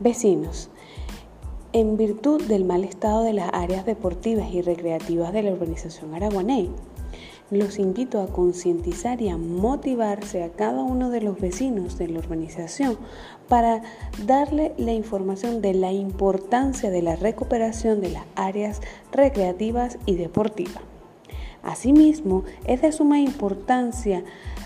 Vecinos, en virtud del mal estado de las áreas deportivas y recreativas de la urbanización Araguaney, los invito a concientizar y a motivarse a cada uno de los vecinos de la urbanización para darle la información de la importancia de la recuperación de las áreas recreativas y deportivas. Asimismo, es de suma importancia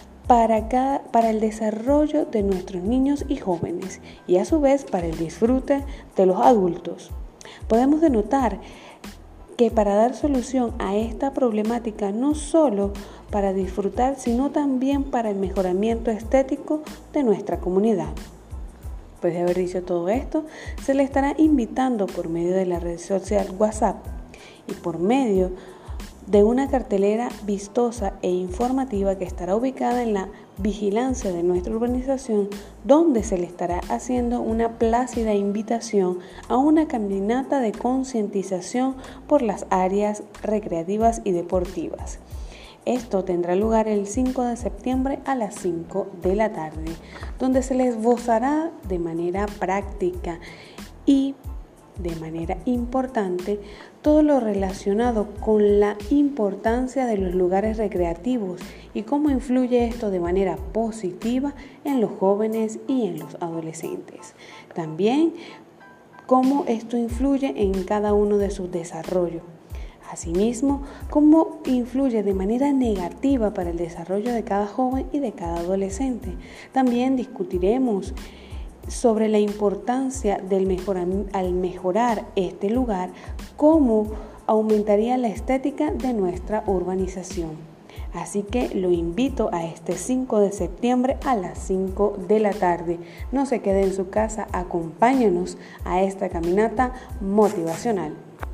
para el desarrollo de nuestros niños y jóvenes y a su vez para el disfrute de los adultos. Podemos denotar que para dar solución a esta problemática, no solo para disfrutar, sino también para el mejoramiento estético de nuestra comunidad. Después de haber dicho todo esto, se le estará invitando por medio de la red social WhatsApp y por medio de una cartelera vistosa e informativa que estará ubicada en la vigilancia de nuestra urbanización, donde se le estará haciendo una plácida invitación a una caminata de concientización por las áreas recreativas y deportivas. Esto tendrá lugar el 5 de septiembre a las 5 de la tarde, donde se les esbozará de manera práctica y de manera importante todo lo relacionado con la importancia de los lugares recreativos y cómo influye esto de manera positiva en los jóvenes y en los adolescentes. También cómo esto influye en cada uno de sus desarrollos. Asimismo, cómo influye de manera negativa para el desarrollo de cada joven y de cada adolescente. También discutiremos sobre la importancia al mejorar este lugar, cómo aumentaría la estética de nuestra urbanización. Así que lo invito a este 5 de septiembre a las 5 de la tarde. No se quede en su casa, acompáñenos a esta caminata motivacional.